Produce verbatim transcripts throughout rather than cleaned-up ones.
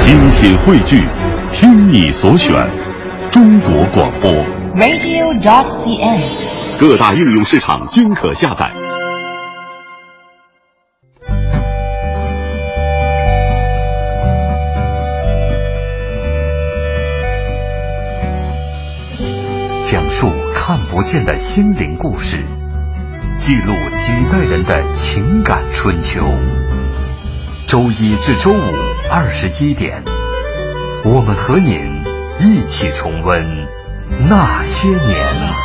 精品汇聚，听你所选，中国广播 radio dot c n， 各大应用市场均可下载。 讲述看不见的心灵故事，记录几代人的情感春秋。周一至周五二十一点，我们和您一起重温那些年。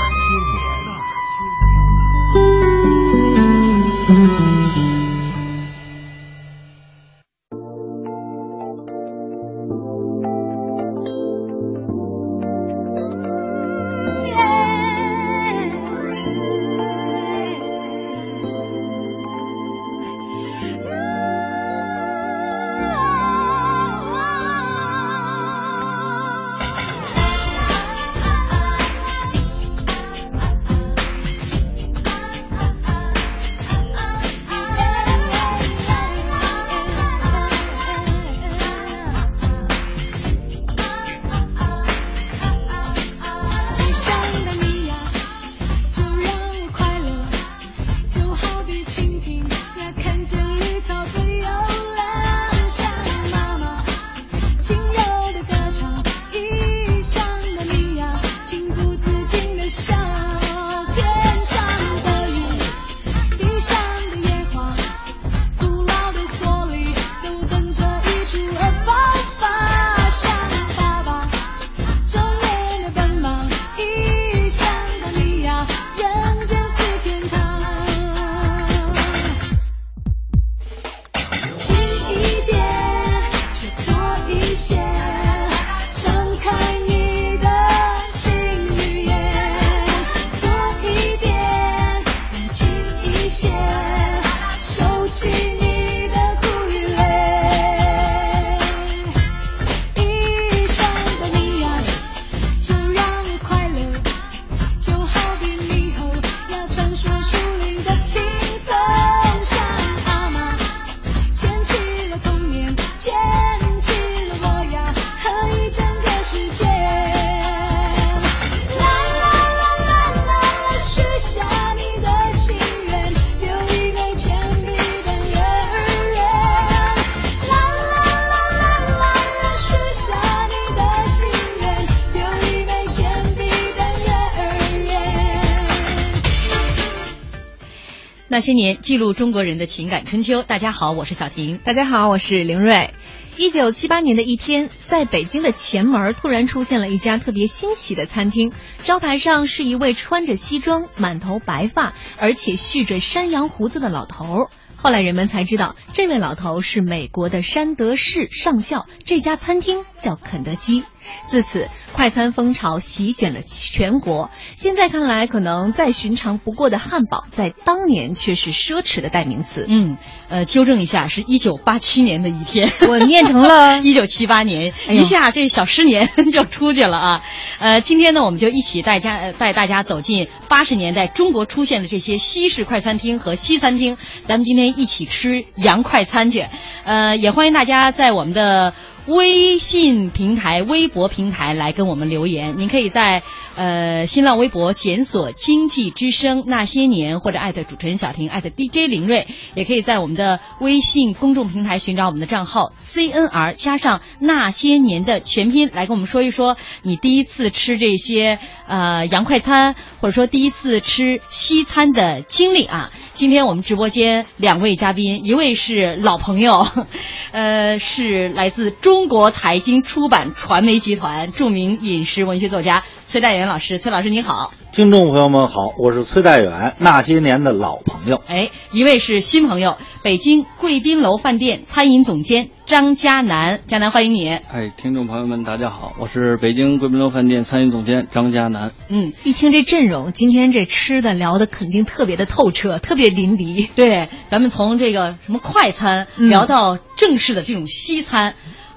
那些年，记录中国人的情感春秋。大家好，我是小婷。 大家好，我是凌睿。一九七八年的一天，在北京的前门突然出现了一家特别新奇的餐厅，招牌上是一位穿着西装、满头白发，而且蓄着山羊胡子的老头。后来人们才知道，这位老头是美国的山德士上校，这家餐厅叫肯德基。自此，快餐风潮席卷了全国。现在看来，可能再寻常不过的汉堡，在当年却是奢侈的代名词。 嗯，呃，纠正一下，是一九八七年的一天， 我念成了一九七八年， 哎、 一下这小十年就出去了啊。呃，今天呢，我们就一起带家呃带大家走进八十年代中国出现的这些西式快餐厅和西餐厅。咱们今天一起吃洋快餐去。呃，也欢迎大家在我们的微信平台、微博平台来跟我们留言。您可以在呃新浪微博检索经济之声那些年，或者艾特主持人小婷，艾特 D J 凌睿，也可以在我们的微信公众平台寻找我们的账号 C N R 加上那些年的全拼，来跟我们说一说你第一次吃这些呃洋快餐，或者说第一次吃西餐的经历啊。今天我们直播间两位嘉宾，一位是老朋友，呃，是来自中国财经出版传媒集团著名饮食文学作家崔代远老师。崔老师你好。 听众朋友们好，我是崔代远，那些年的老朋友。 哎，一位是新朋友，北京贵宾楼饭店餐饮总监张嘉南。嘉南欢迎你。 哎，听众朋友们大家好，我是北京贵宾楼饭店餐饮总监张嘉南。 嗯，一听这阵容，今天这吃的聊的肯定特别的透彻，特别淋漓。 对，咱们从这个什么快餐聊到正式的这种西餐。嗯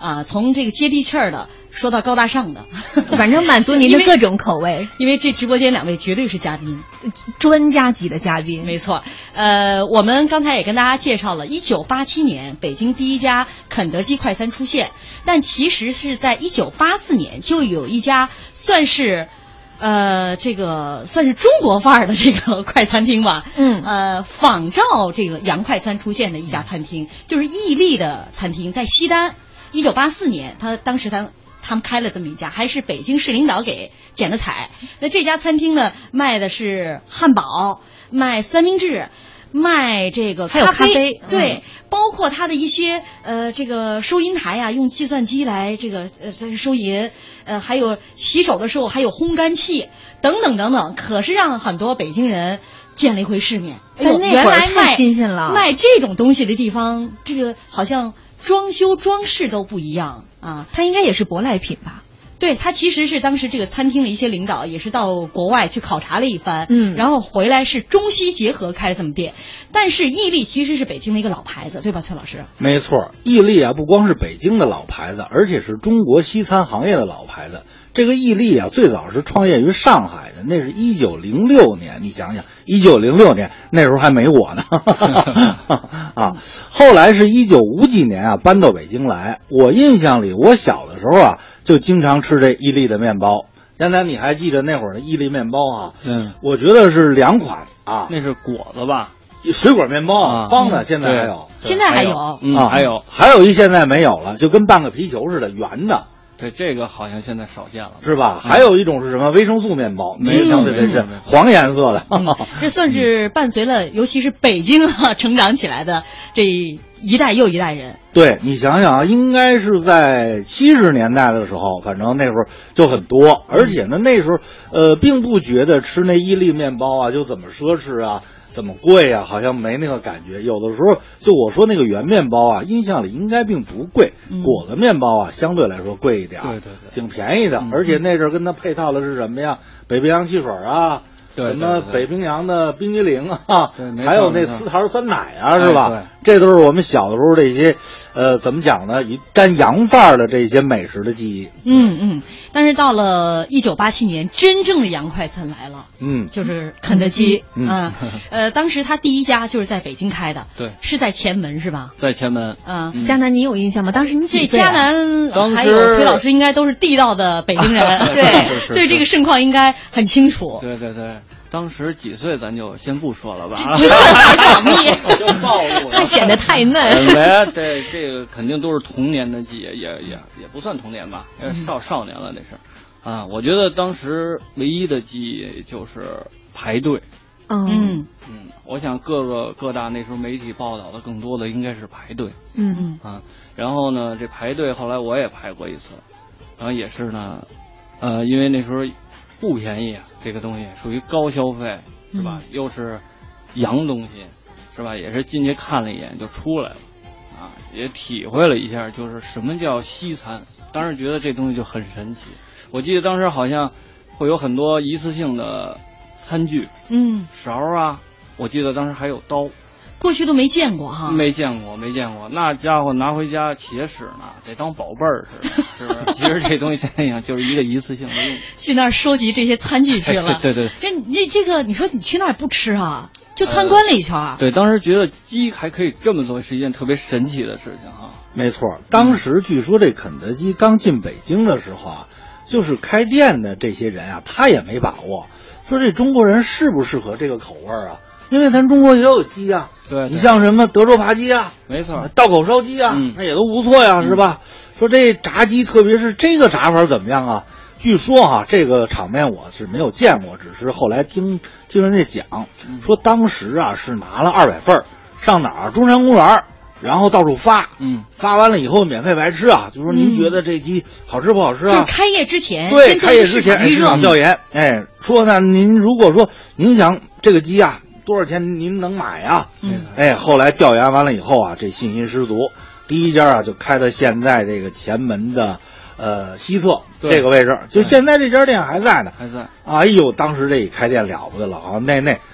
啊，从这个接地气儿的说到高大上的， 反正满足您的各种口味。 因为这直播间两位绝对是嘉宾， 专家级的嘉宾。 没错，呃，我们刚才也跟大家介绍了，一九八七年北京第一家肯德基快餐出现，但其实是在一九八四年就有一家算是。呃，这个算是中国范儿的这个快餐厅吧， 嗯， 呃，仿照这个洋快餐出现的一家餐厅，就是伊利的餐厅，在西单，一九八四年，他当时他他们开了这么一家，还是北京市领导给剪的彩。那这家餐厅呢，卖的是汉堡，卖三明治。卖这个还有咖啡， 对， 嗯、 包括它的一些呃这个收银台啊，用计算机来这个呃收银，呃还有洗手的时候还有烘干器等等等等，可是让很多北京人见了一回世面。 在那会儿太新鲜了， 卖这种东西的地方，这个好像装修装饰都不一样啊。 它应该也是舶来品吧？ 对，他其实是当时这个餐厅的一些领导也是到国外去考察了一番， 嗯， 然后回来是中西结合开了这么店。但是伊利其实是北京的一个老牌子，对吧，崔老师？ 没错，伊利啊不光是北京的老牌子，而且是中国西餐行业的老牌子。这个伊利啊最早是创业于上海的，那是一九零六年，你想想，一九零六年那时候还没我呢，啊，后来是一九五几年啊搬到北京来。我印象里，我小的时候啊。就经常吃这伊利的面包。现在你还记得那会儿的伊利面包啊？ 嗯， 我觉得是两款啊。 那是果子吧？ 水果面包啊，方的，现在还有， 现在还有啊，还有， 还有一现在没有了，就跟半个皮球似的，圆的。 对，这个好像现在少见了， 是吧？还有一种是什么维生素面包，没相对是黄颜色的。 嗯，这算是伴随了，尤其是北京啊成长起来的这一代又一代人。 对，你想想啊，应该是在七十年代的时候，反正那时候就很多，而且呢，那时候呃，并不觉得吃那伊利面包啊就怎么奢侈啊。怎么贵啊？好像没那个感觉。有的时候，就我说那个圆面包啊，印象里应该并不贵。 嗯、 果子面包啊，相对来说贵一点， 对对对， 挺便宜的。嗯、而且那阵跟它配套的是什么呀？北冰洋汽水啊， 对对对对， 什么北冰洋的冰激凌啊， 对， 还有那丝桃酸奶啊，是吧？ 对对， 这都是我们小的时候这些，呃，怎么讲呢？以沾洋范儿的这些美食的记忆。 嗯嗯。但是到了一九八七年，真正的洋快餐来了， 嗯， 就是肯德基， 嗯， 啊、呃，当时他第一家就是在北京开的， 对， 是在前门是吧？ 在前门， 嗯， 嗯江南，你有印象吗？当时你这几岁啊？ 江南还有崔老师应该都是地道的北京人，对，对这个盛况应该很清楚。 对对对。当时几岁咱就先不说了吧， 太保密， 就暴露了， 他显得太嫩。 没，这这个肯定都是童年的记忆，也也也不算童年吧，少少年了那是。啊，我觉得当时唯一的记忆就是排队。 嗯嗯，我想各个各大那时候媒体报道的更多的应该是排队。 嗯啊，然后呢，这排队后来我也排过一次，然后也是呢，呃，因为那时候。不便宜啊，这个东西属于高消费，是吧？嗯、又是洋东西，是吧？也是进去看了一眼就出来了，啊，也体会了一下，就是什么叫西餐。当时觉得这东西就很神奇。我记得当时好像会有很多一次性的餐具， 嗯， 勺啊，我记得当时还有刀。 过去都没见过哈， 没见过，没见过，那家伙拿回家且使呢，得当宝贝儿似的，是不是？其实这东西现在讲就是一个一次性的用， 去那儿收集这些餐具去了。 对对对， 这这这个，你说你去那儿不吃啊？就参观了一圈、呃。 对，当时觉得鸡还可以这么做，是一件特别神奇的事情哈。 没错，当时据说这肯德基刚进北京的时候啊，就是开店的这些人啊，他也没把握，说这中国人适不适合这个口味啊。因为咱中国也有鸡啊， 对， 你像什么德州扒鸡啊， 没错， 道口烧鸡啊， 嗯、 那也都不错呀，是吧？嗯、说这炸鸡，特别是这个炸法怎么样啊？据说哈、啊，这个场面我是没有见过，只是后来听听人家讲，说当时啊是拿了二百份上哪儿中山公园，然后到处发， 嗯， 发完了以后免费白吃啊，就说您觉得这鸡好吃不好吃啊？ 就是开业之前， 对，开业之前市场调研，哎，说呢，您如果说您想这个鸡啊。多少钱您能买啊？ 嗯， 哎，后来调研完了以后啊，这信心十足，第一家啊就开到现在这个前门的呃西侧这个位置，就现在这家店还在呢， 还在。 哎呦，当时这一开店了不得了啊，那那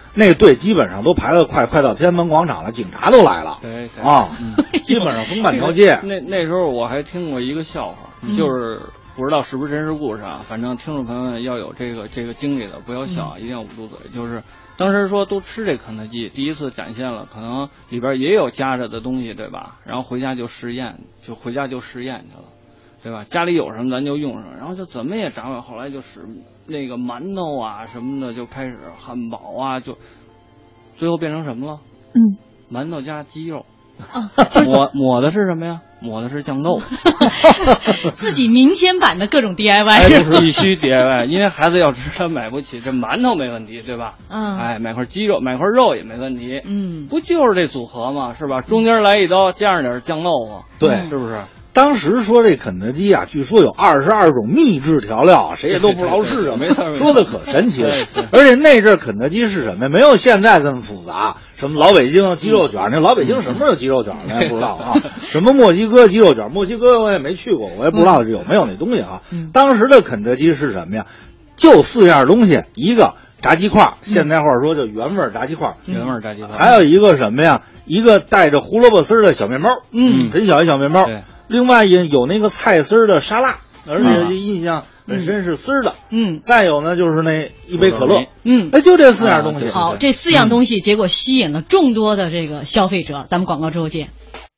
那个队基本上都排得快，快到天安门广场了，警察都来了。 对对啊，基本上封半条街。 那那时候我还听过一个笑话， 嗯、 就是不知道是不是真实故事啊，反正听众朋友们要有这个这个经历的，不要笑，嗯、一定要捂住嘴。就是当时说都吃这肯德基，第一次展现了可能里边也有夹着的东西，对吧？然后回家就试验，就回家就试验去了。对吧？家里有什么咱就用什么，然后就怎么也长远。后来就使那个馒头啊什么的，就开始汉堡啊，就最后变成什么了？ 嗯， 馒头加鸡肉，抹抹的是什么呀？抹的是酱豆腐。 自己民间版的各种 D I Y， 哎，必须 D I Y， 因为孩子要吃他买不起，这馒头没问题，对吧？ 嗯， 哎，买块鸡肉，买块肉也没问题。 嗯， 不就是这组合吗？是吧？中间来一刀，加上点酱豆腐， 对， 是不是？ 当时说这肯德基啊，据说有二十二种秘制调料，谁也都不知道是什么， 没错， 说的可神奇了。而且那阵肯德基是什么呀？没有现在这么复杂，什么老北京鸡肉卷，那老北京什么时候有鸡肉卷咱也不知道啊。什么墨西哥鸡肉卷，墨西哥我也没去过，我也不知道有没有那东西啊。当时的肯德基是什么呀？就四样东西，一个炸鸡块，现代话说就原味炸鸡块， 原味炸鸡块， 还有一个什么呀？一个带着胡萝卜丝的小面包， 嗯， 很小一小面包。 对。 另外也有那个菜丝的沙拉，而且印象本身是丝的。 嗯， 再有呢就是那一杯可乐。 嗯， 哎，就这四样东西。 啊、好，这四样东西结果吸引了众多的这个消费者。咱们广告之后见。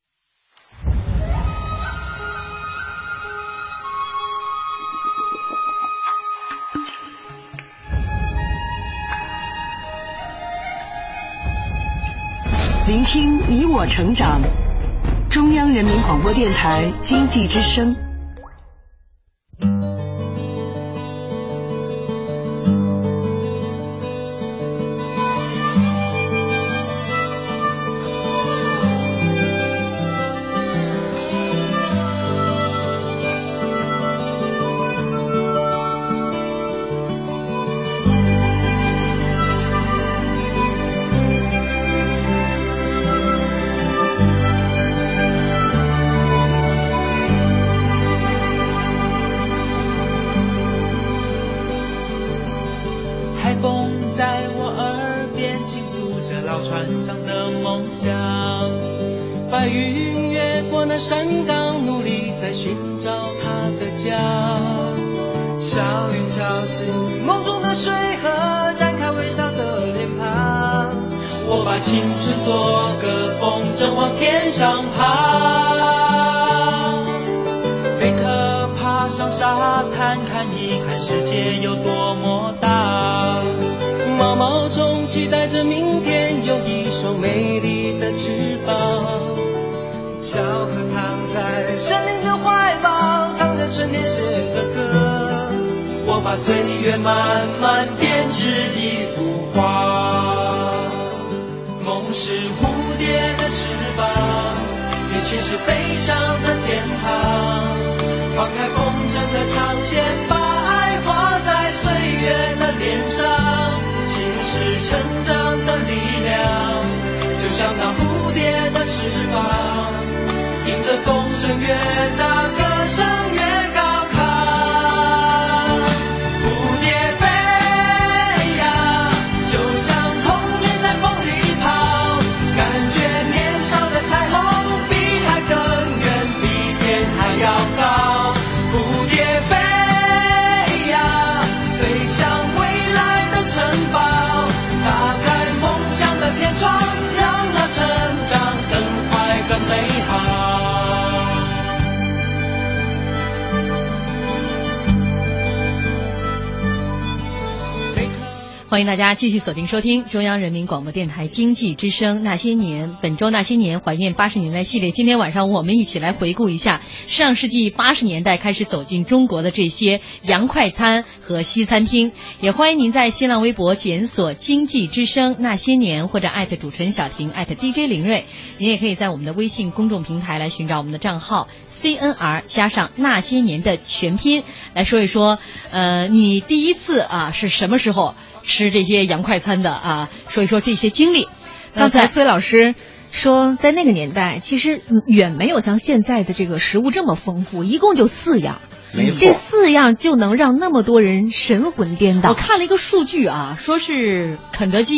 聆听你我成长。中央人民广播电台经济之声。 欢迎大家继续锁定收听中央人民广播电台经济之声那些年，本周那些年怀念八十年代系列。今天晚上我们一起来回顾一下上世纪八十年代开始走进中国的这些洋快餐和西餐厅。也欢迎您在新浪微博检索经济之声那些年，或者艾特主持人小婷，艾特 D J 林睿。您也可以在我们的微信公众平台来寻找我们的账号 C N R 加上那些年的全拼，来说一说呃你第一次啊是什么时候吃这些洋快餐的啊，说一说这些经历。 刚才崔老师说，在那个年代，其实远没有像现在的这个食物这么丰富，一共就四样， 没错， 这四样就能让那么多人神魂颠倒。 我看了一个数据啊，说是肯德基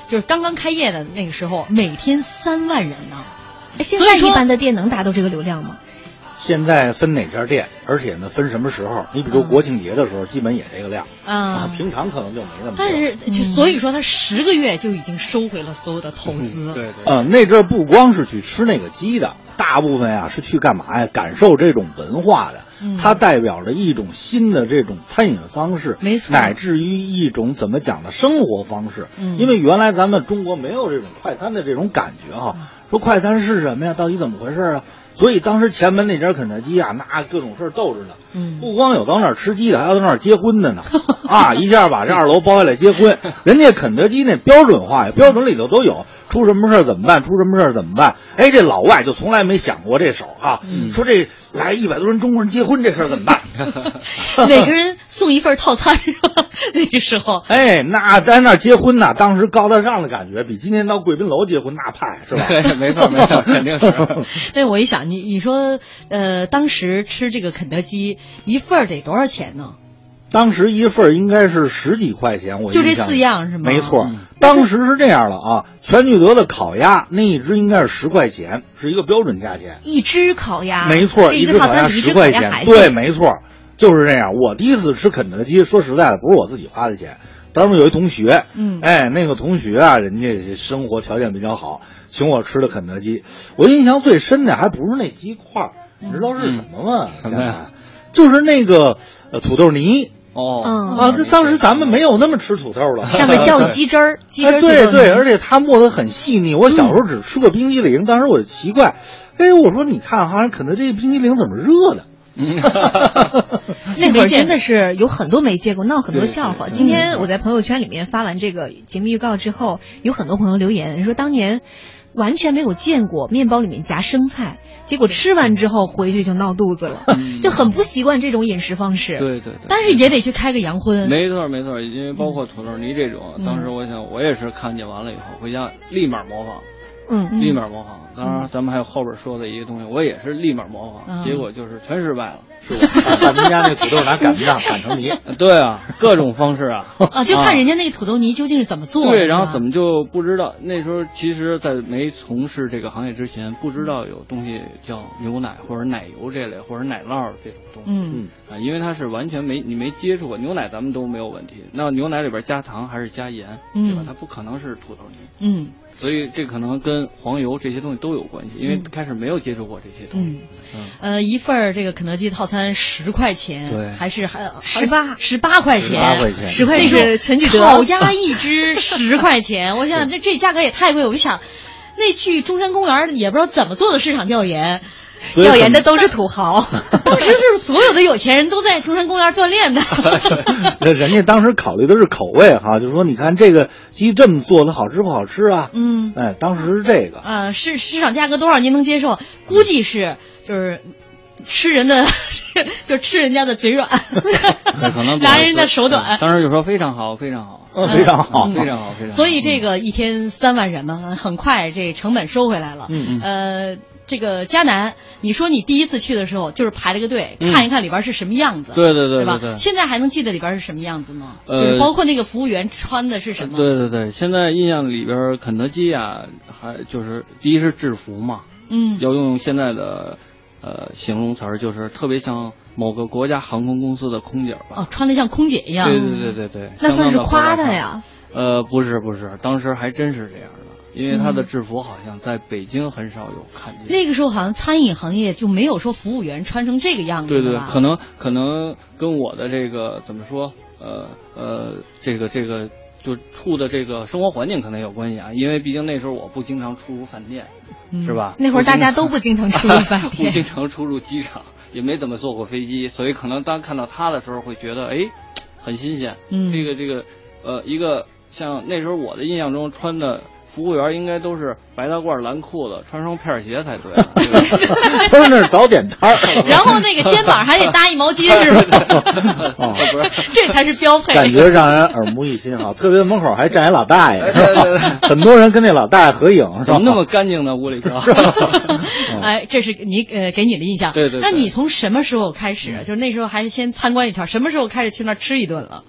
就是刚刚开业的那个时候，每天三万人呢。 现在一般的店能达到这个流量吗？ 现在分哪家店，而且呢分什么时候？你比如国庆节的时候，基本也这个量啊， 啊平常可能就没那么多。 但是就所以说，他十个月就已经收回了所有的投资。 嗯、对对。 呃，那阵儿不光是去吃那个鸡的，大部分呀是去干嘛呀？感受这种文化的。 嗯、 它代表着一种新的这种餐饮方式， 没错， 乃至于一种怎么讲的生活方式。 嗯， 因为原来咱们中国没有这种快餐的这种感觉哈。嗯、说快餐是什么呀？到底怎么回事啊？所以当时前门那家肯德基啊，那各种事儿斗着呢。 嗯， 不光有到那儿吃鸡的，还有到那儿结婚的呢。啊，一下把这二楼包下来结婚，人家肯德基那标准化呀，标准里头都有，出什么事儿怎么办？出什么事儿怎么办？哎，这老外就从来没想过这手哈、啊嗯，说这来一百多人中国人结婚这事儿怎么办？ 每个人送一份套餐是吧？那个时候， 哎，那在那儿结婚呐，当时高大上的感觉，比今天到贵宾楼结婚那派是吧？ 对，没错没错，肯定是。 对，我一想，你你说，呃，当时吃这个肯德基一份儿得多少钱呢？ 当时一份应该是十几块钱，我就这四样是吗？ 没错、嗯，当时是这样的啊，全聚德的烤鸭那一只应该是十块钱，是一个标准价钱。 一只烤鸭， 没错， 一只烤鸭十块钱，对，没错，就是这样。我第一次吃肯德基，说实在的，不是我自己花的钱，当时有一同学， 嗯， 哎，那个同学啊，人家生活条件比较好，请我吃的肯德基。我印象最深的还不是那鸡块，你知道是什么吗？ 什么呀？ 就是那个呃土豆泥。 哦， 啊，这当时咱们没有那么吃土豆了， 上面浇鸡汁儿，鸡汁儿、 哎。对对，而且它磨得很细腻。我小时候只吃过冰激凌，嗯、当时我就奇怪，哎，我说你看哈，肯德基冰激凌怎么热的？ 那会儿真的是有很多没见过，闹很多笑话。今天我在朋友圈里面发完这个节目预告之后，有很多朋友留言说，当年完全没有见过面包里面夹生菜，结果吃完之后回去就闹肚子了，嗯、就很不习惯这种饮食方式。 对对对， 但是也得去开个洋荤。 没错没错，因为包括土豆泥这种，嗯、当时我想我也是看见完了以后回家立马模仿。 嗯， 立马模仿。当然，咱们还有后边说的一个东西，我也是立马模仿， 嗯、 结果就是全失败了。 是我把人家那土豆拿擀面杖擀成泥。 对啊，各种方式啊。 啊，就看人家那个土豆泥究竟是怎么做的。 对，然后怎么就不知道？那时候其实，在没从事这个行业之前，不知道有东西叫牛奶或者奶油这类或者奶酪这种东西。 嗯啊，因为它是完全没你没接触过牛奶，咱们都没有问题。那牛奶里边加糖还是加盐， 嗯、 对吧？它不可能是土豆泥。 嗯。 所以这可能跟黄油这些东西都有关系，因为开始没有接触过这些东西。 嗯，呃，一份这个肯德基套餐十块钱， 对， 还是还十八十八块钱， 十八块钱， 十块是全聚德烤鸭一只十块钱，我想这这价格也太贵，我就想那去中山公园也不知道怎么做的市场调研。 调研的都是土豪， 当时是所有的有钱人都在中山公园锻炼的。 那人家当时考虑的是口味哈，就是说你看这个鸡这么做的好吃不好吃啊？ 嗯， 哎，当时是这个。 呃，市市场价格多少您能接受？估计是就是吃人的，就吃人家的嘴软， 可能拿人家的手短。 当时就说非常好，非常好。 嗯，非常好， 非常好，非常好。 所以这个一天三万人嘛，很快这成本收回来了。 嗯嗯。呃。这个迦南，你说你第一次去的时候就是排了个队， 嗯、 看一看里边是什么样子， 对对对， 对吧？ 对对现在还能记得里边是什么样子吗？ 呃， 就是包括那个服务员穿的是什么？ 对对对，现在印象里边，肯德基啊，还就是第一是制服嘛， 嗯， 要用现在的呃形容词儿，就是特别像某个国家航空公司的空姐吧。 哦，穿的像空姐一样。 对对对对对， 那算是夸的呀。 呃，不是不是，当时还真是这样的。因为他的制服好像在北京很少有看见。 那个时候好像餐饮行业就没有说服务员穿成这个样子。 对对，可能可能跟我的这个怎么说，呃呃，这个这个就处的这个生活环境可能有关系啊。因为毕竟那时候我不经常出入饭店， 嗯、 是吧？ 那会儿大家都不经常出入饭店， 不经常出入机场，也没怎么坐过飞机，所以可能当看到他的时候会觉得，哎，很新鲜。 嗯， 这个这个呃，一个像那时候我的印象中穿的。服务员应该都是白大褂蓝裤子，穿双片鞋才对。 都是那是早点摊儿， 然后那个肩膀还得搭一毛巾，是吧？ 哦， 不是， 这才是标配。 感觉让人耳目一新哈，特别门口还站一老大爷， 对对对， 很多人跟那老大爷合影， 怎么那么干净呢？屋里头。 哎，这是你呃给你的印象。 对对。 那你从什么时候开始？就是那时候还是先参观一圈，什么时候开始去那儿吃一顿了？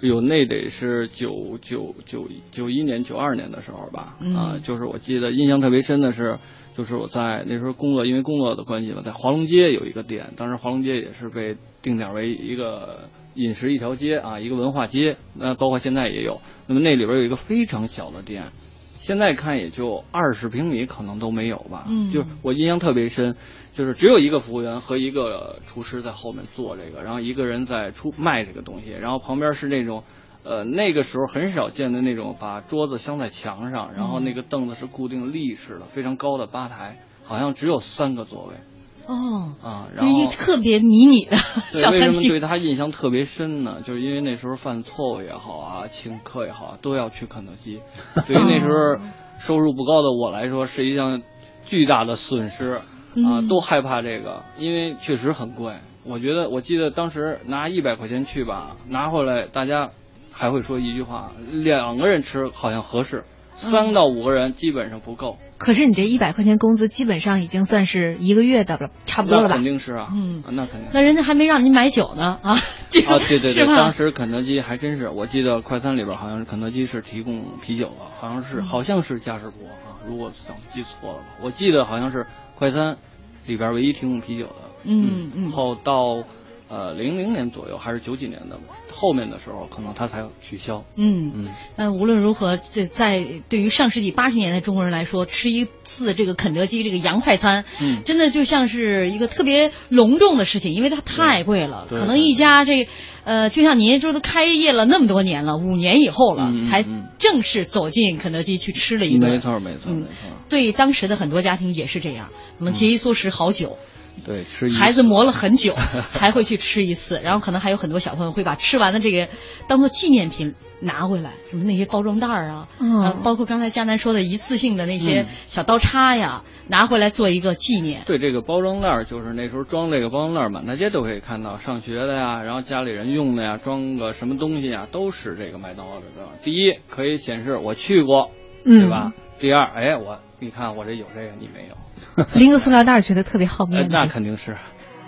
有那得是九九九九一年九二年的时候吧， 嗯、 啊，就是我记得印象特别深的是，就是我在那时候工作，因为工作的关系吧，在华龙街有一个店，当时华龙街也是被定点为一个饮食一条街啊，一个文化街，那包括现在也有。那么那里边有一个非常小的店，现在看也就二十平米，可能都没有吧。 嗯， 就我印象特别深，就是只有一个服务员和一个厨师在后面做这个，然后一个人在出卖这个东西，然后旁边是那种，呃，那个时候很少见的那种把桌子镶在墙上，然后那个凳子是固定立式的，非常高的吧台，好像只有三个座位。 哦啊，然后一个特别迷你的小餐厅。 为什么对他印象特别深呢？就是因为那时候犯错误也好啊，请客也好啊，都要去肯德基。对于那时候收入不高的我来说，是一项巨大的损失啊，都害怕这个，因为确实很贵。我觉得，我记得当时拿一百块钱去吧，拿回来大家还会说一句话：两个人吃好像合适。三到五个人基本上不够。 可是你这一百块钱工资基本上已经算是一个月的了，差不多了吧？ 那肯定是啊， 嗯， 啊、那肯定。 那人家还没让您买酒呢啊！ 啊，对对对，当时肯德基还真是，我记得快餐里边好像是肯德基是提供啤酒的，好像是、嗯、好像是嘉士伯啊，如果想记错了吧，我记得好像是快餐里边唯一提供啤酒的。 嗯嗯， 后到。呃，零零年左右还是九几年的后面的时候，可能它才取消。 嗯嗯，那无论如何，这在对于上世纪八十年代中国人来说，吃一次这个肯德基这个洋快餐， 嗯， 真的就像是一个特别隆重的事情，因为它太贵了。可能一家这呃，就像您说的，开业了那么多年了，五年以后了， 嗯、 才正式走进肯德基去吃了一顿。 没错没错没错。 对当时的很多家庭也是这样，可能节衣缩食好久。 嗯对，吃孩子磨了很久才会去吃一次，然后可能还有很多小朋友会把吃完的这个当做纪念品拿回来，什么那些包装袋啊， 嗯、 啊，包括刚才佳楠说的一次性的那些小刀叉呀，嗯、拿回来做一个纪念。 对，这个包装袋就是那时候装这个包装袋，满大街都可以看到，上学的呀，然后家里人用的呀，装个什么东西呀，都是这个麦当劳的。第一，可以显示我去过，对吧？ 嗯、 第二，哎，我你看我这有这个，你没有。 拎个塑料袋觉得特别好面子、 呃，那肯定是。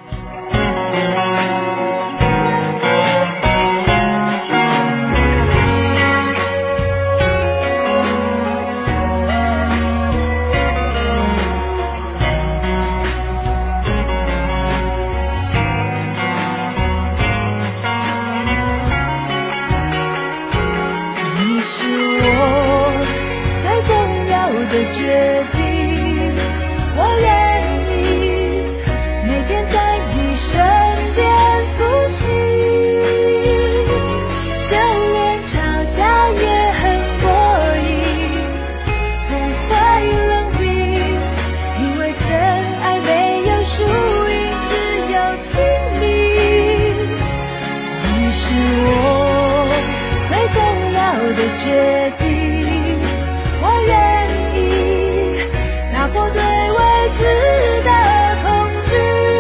你是我最重要的决定。我愿意每天在你身边苏醒，就连吵架也很过瘾，不会冷冰，因为真爱没有输赢，只有亲密。你是我最重要的决定，我愿意打破对未知的恐惧，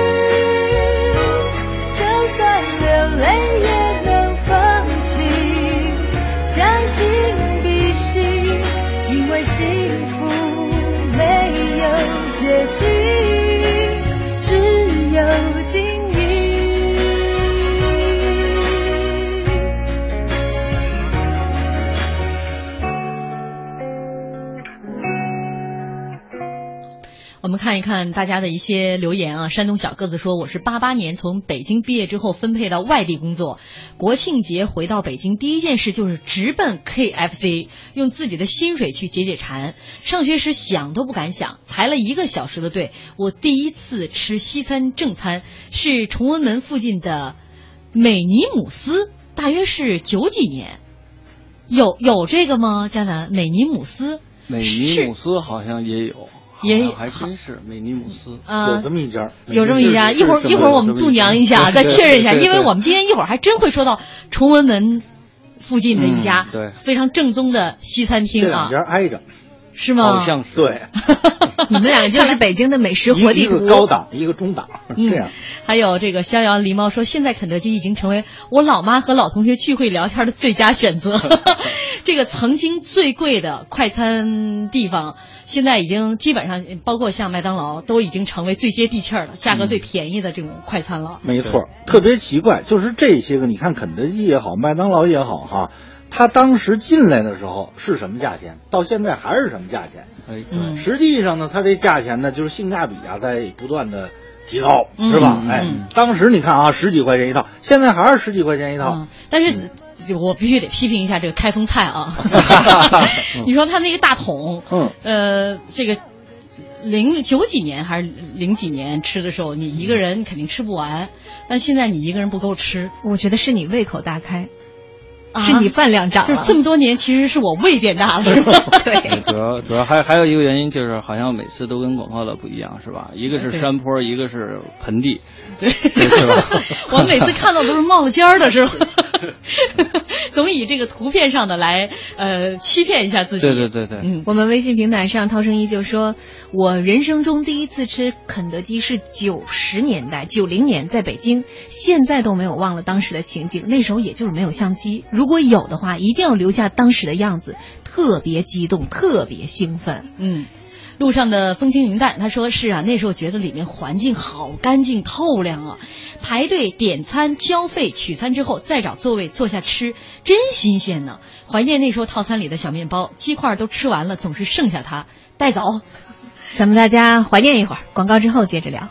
就算流泪也能放晴，将心比心，因为幸福没有捷径，只有经营。 我们看一看大家的一些留言啊。山东小个子说，我是八八年从北京毕业之后分配到外地工作，国庆节回到北京，第一件事就是直奔 K F C， 用自己的薪水去解解馋。上学时想都不敢想，排了一个小时的队。我第一次吃西餐正餐是崇文门附近的美尼姆斯，大约是九几年。有有这个吗？佳楠，美尼姆斯？ 美尼姆斯好像也有。 也还真是美尼姆斯啊， 有这么一家， 有这么一家。一会儿一会儿我们度娘一下，再确认一下，因为我们今天一会儿还真会说到崇文门附近的一家对非常正宗的西餐厅啊， 这两家挨着， 是吗？ 好像是。 对， 你们两个就是北京的美食活地图， 一个高档，一个中档，这样。 还有这个逍遥狸猫说，现在肯德基已经成为我老妈和老同学聚会聊天的最佳选择。这个曾经最贵的快餐地方现在已经基本上包括像麦当劳都已经成为最接地气儿了，价格最便宜的这种快餐了。 没错，特别奇怪，就是这些个，你看肯德基也好，麦当劳也好哈，它当时进来的时候是什么价钱，到现在还是什么价钱。 哎， 嗯实际上呢，它这价钱呢，就是性价比啊，在不断的提高， 嗯是吧？ 嗯哎嗯， 当时你看啊，十几块钱一套，现在还是十几块钱一套。 嗯，但是。我必须得批评一下这个开封菜啊！你说他那个大桶， 嗯， 呃，这个零九几年还是零几年吃的时候，你一个人肯定吃不完，但现在你一个人不够吃。 我觉得是你胃口大开， 啊、 是你饭量涨了。 就是这么多年，其实是我胃变大了，是吧？ 对， 主要主要还还有一个原因就是，好像每次都跟广告的不一样，是吧？一个是山坡，一个是盆地， 对， 是吧？ 我每次看到都是冒了尖儿的，是吧？总以这个图片上的来呃欺骗一下自己。 对对对对， 嗯， 我们微信平台上涛声依旧说，我人生中第一次吃肯德基是九十年代九零年在北京，现在都没有忘了当时的情景。那时候也就是没有相机，如果有的话，一定要留下当时的样子，特别激动，特别兴奋。 嗯。路上的风轻云淡，他说是啊，那时候觉得里面环境好干净透亮啊，排队点餐交费取餐之后再找座位坐下吃，真新鲜呢。怀念那时候套餐里的小面包，鸡块都吃完了，总是剩下它带走。 咱们大家怀念一会儿，广告之后接着聊。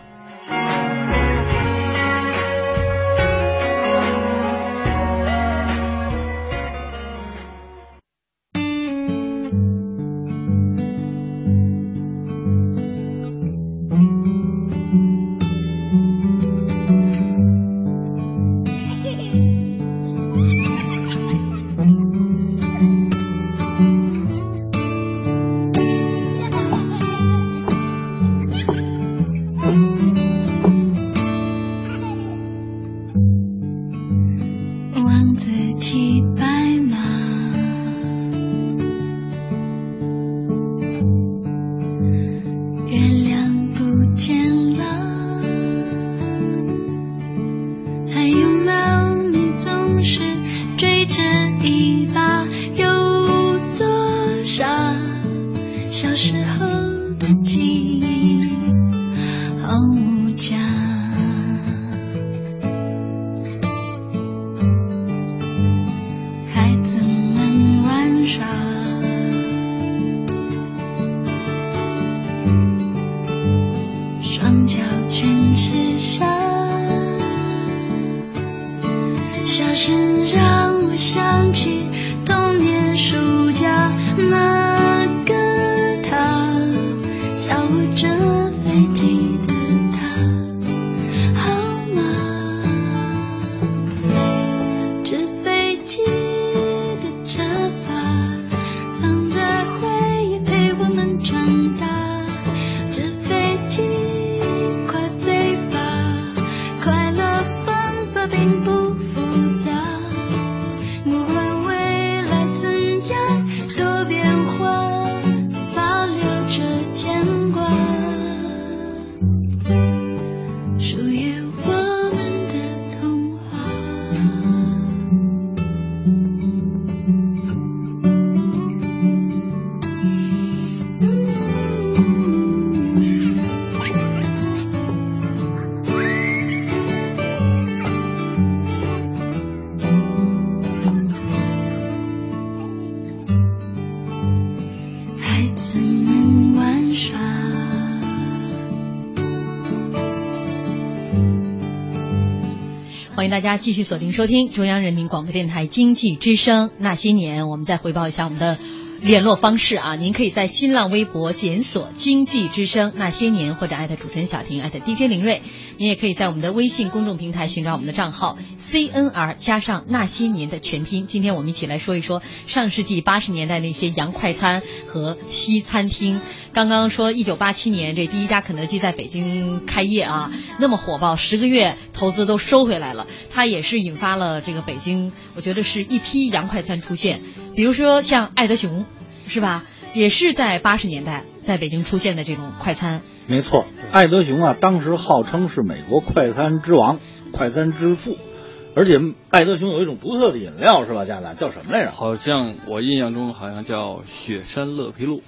欢迎大家继续锁定收听中央人民广播电台经济之声那些年。我们再回报一下我们的联络方式啊，您可以在新浪微博检索经济之声那些年，或者艾特主持人小婷，艾特 D J 林睿。您也可以在我们的微信公众平台寻找我们的账号 C N R 加上那些年的全拼。今天我们一起来说一说上世纪八十年代那些洋快餐和西餐厅。刚刚说一九八七年这第一家肯德基在北京开业啊，那么火爆，十个月投资都收回来了，它也是引发了这个北京，我觉得是一批洋快餐出现，比如说像爱德熊，是吧？也是在八十年代在北京出现的这种快餐。 没错，爱德熊啊，当时号称是美国快餐之王、快餐之父，而且爱德熊有一种独特的饮料，是吧？佳楠叫什么来着？ 好像我印象中好像叫雪山乐皮露。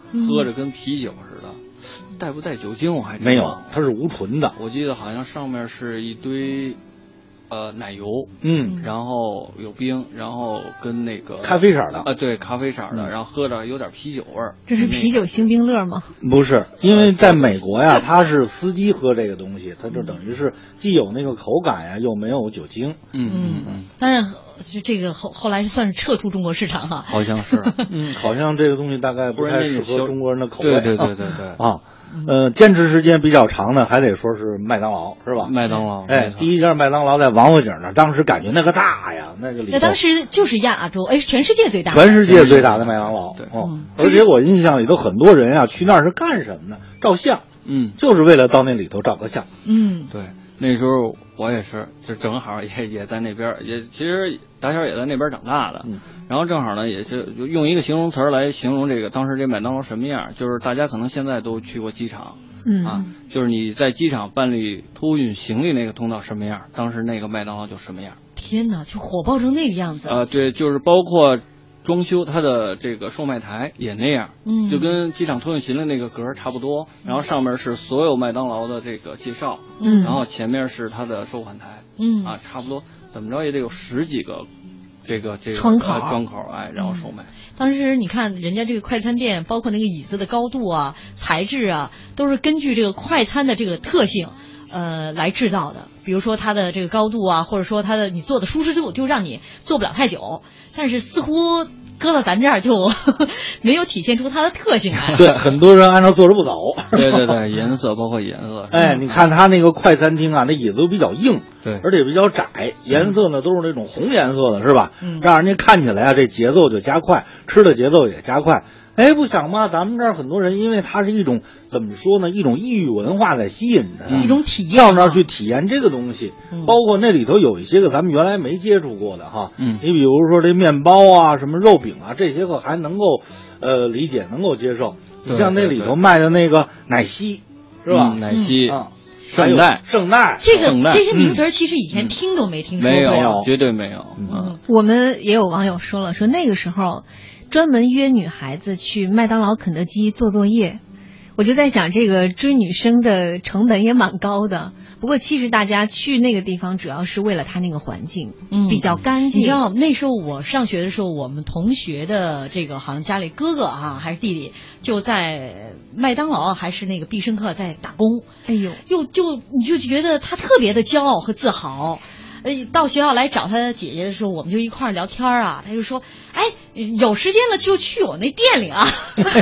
喝着跟啤酒似的。带不带酒精我还没有，它是无醇的。 我记得好像上面是一堆，呃，奶油， 嗯， 然后有冰，然后跟那个咖啡色的， 啊、呃，对，咖啡色的， 嗯、 然后喝着有点啤酒味儿。 这是啤酒星冰乐吗？ 不是，因为在美国呀，他是司机喝这个东西，它就等于是既有那个口感呀，又没有酒精。 嗯嗯嗯。 当然，就这个后后来算是撤出中国市场哈。 好像是， 嗯，好像这个东西大概不太适合中国人的口味。 对对对对对啊。呃，坚持时间比较长的，还得说是麦当劳，是吧？ 麦当劳， 哎，第一家麦当劳在王府井那儿，当时感觉那个大呀，那个里头。 那当时就是亚洲，哎，全世界最大的。 全世界最大的麦当劳， 对， 哦、嗯，而且我印象里头很多人啊，去那儿是干什么呢？照相， 嗯， 就是为了到那里头照个相。 嗯， 对，那时候我也是，就正好也也在那边，也其实打小也在那边长大的。 嗯。 然后正好呢，也就就用一个形容词来形容这个当时这麦当劳什么样，就是大家可能现在都去过机场， 嗯啊，就是你在机场办理托运行李那个通道什么样，当时那个麦当劳就什么样。 天哪，就火爆成那个样子。 呃，对，就是包括装修它的这个售卖台也那样， 嗯， 就跟机场托运行李那个格差不多，然后上面是所有麦当劳的这个介绍， 嗯， 然后前面是它的收款台， 嗯啊，差不多怎么着也得有十几个。这个这个窗口、 呃、窗口哎，然后售卖、嗯。 当时你看人家这个快餐店，包括那个椅子的高度啊、材质啊，都是根据这个快餐的这个特性，呃，来制造的。比如说它的这个高度啊，或者说它的你坐的舒适度，就让你坐不了太久。但是似乎搁到咱这儿就没有体现出它的特性来。 对，很多人按照坐着不走。 对对对，颜色包括颜色。 哎，你看他那个快餐厅啊，那椅子都比较硬， 对， 而且比较窄，颜色呢都是那种红颜色的，是吧？ 嗯， 让人家看起来啊，这节奏就加快，吃的节奏也加快。哎，不想嘛，咱们这儿很多人，因为它是一种怎么说呢，一种异域文化在吸引着， 嗯、一种体验， 到那儿去体验这个东西， 嗯、 包括那里头有一些个咱们原来没接触过的哈， 嗯， 你比如说这面包啊，什么肉饼啊，这些个还能够呃理解，能够接受。你像那里头卖的那个奶昔，是吧？ 嗯、奶昔啊。 圣代， 圣代， 这个这些名词其实以前听都没听说过， 没有，绝对没有。 嗯，我们也有网友说了，说那个时候专门约女孩子去麦当劳、肯德基做作业。我就在想，这个追女生的成本也蛮高的。不过其实大家去那个地方主要是为了它那个环境， 嗯， 比较干净。 你知道那时候我上学的时候，我们同学的这个好像家里哥哥啊还是弟弟就在麦当劳还是那个必胜客在打工。 哎呦， 又就你就觉得他特别的骄傲和自豪。呃，到学校来找他姐姐的时候，我们就一块儿聊天啊。他就说：“哎，有时间了就去我那店里啊。”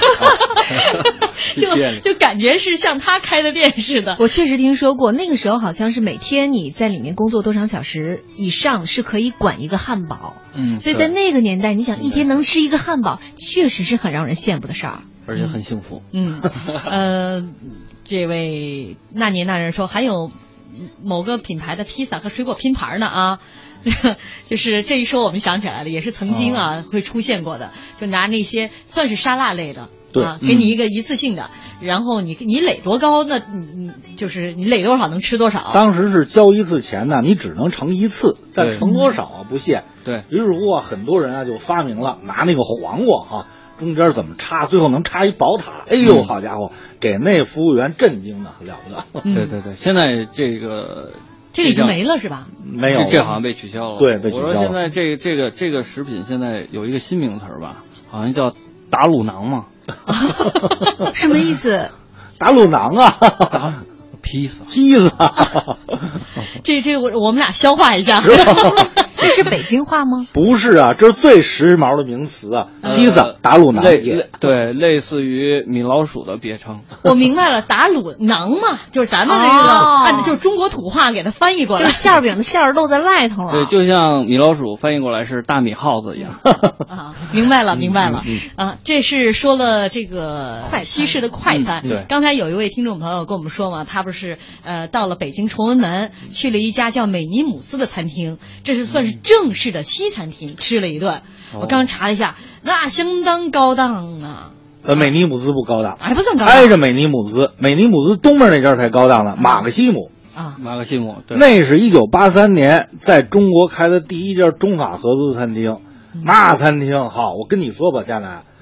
就就感觉是像他开的店似的。 我确实听说过，那个时候好像是每天你在里面工作多少小时以上是可以管一个汉堡。 嗯， 所以在那个年代，你想一天能吃一个汉堡，确实是很让人羡慕的事儿， 而且很幸福。 嗯，呃，这位那年那人说还有。某个品牌的披萨和水果拼盘呢啊，就是这一说我们想起来了，也是曾经啊、哦、会出现过的，就拿那些算是沙拉类的， 对啊，给你一个一次性的，嗯、然后你你垒多高，那你就是你垒多少能吃多少。 当时是交一次钱呢，你只能盛一次，但盛多少啊不限。 对， 于是乎啊，很多人啊就发明了拿那个黄瓜哈、啊。中间怎么插，最后能插一宝塔。哎呦，好家伙，给那服务员震惊的了不得。 嗯、对对对，现在这个这个已经没了是吧？ 没有， 这好像被取消了。 对，被取消了。 我说现在这个这个这个食品现在有一个新名词吧，好像叫打卤囊嘛。 什么意思？ 打卤囊啊。 披萨， 披萨， 这这我我们俩消化一下。 这是北京话吗？ 不是啊，这是最时髦的名词啊！ 呃、 披萨、打卤囊， 类对，类似于米老鼠的别称。 我明白了，打卤囊嘛，就是咱们这个按、哦、就是中国土话给它翻译过来， 就是馅饼的馅儿露在外头了。 对，就像米老鼠翻译过来是大米耗子一样。 啊，明白了，明白了。嗯嗯、啊，这是说了这个西式的快餐。 嗯、对， 刚才有一位听众朋友跟我们说嘛，他不是呃到了北京崇文门，去了一家叫美尼姆斯的餐厅，这是算是正式的西餐厅，吃了一顿。 哦、 我刚查了一下，那相当高档啊。 呃，美尼姆斯不高档， 还不算高档。 挨着美尼姆斯，美尼姆斯东面那家才高档呢，马克西姆。 啊， 马克西姆，对， 那是一九八三年在中国开的第一家中法合资餐厅。嗯、那餐厅好，我跟你说吧，佳楠，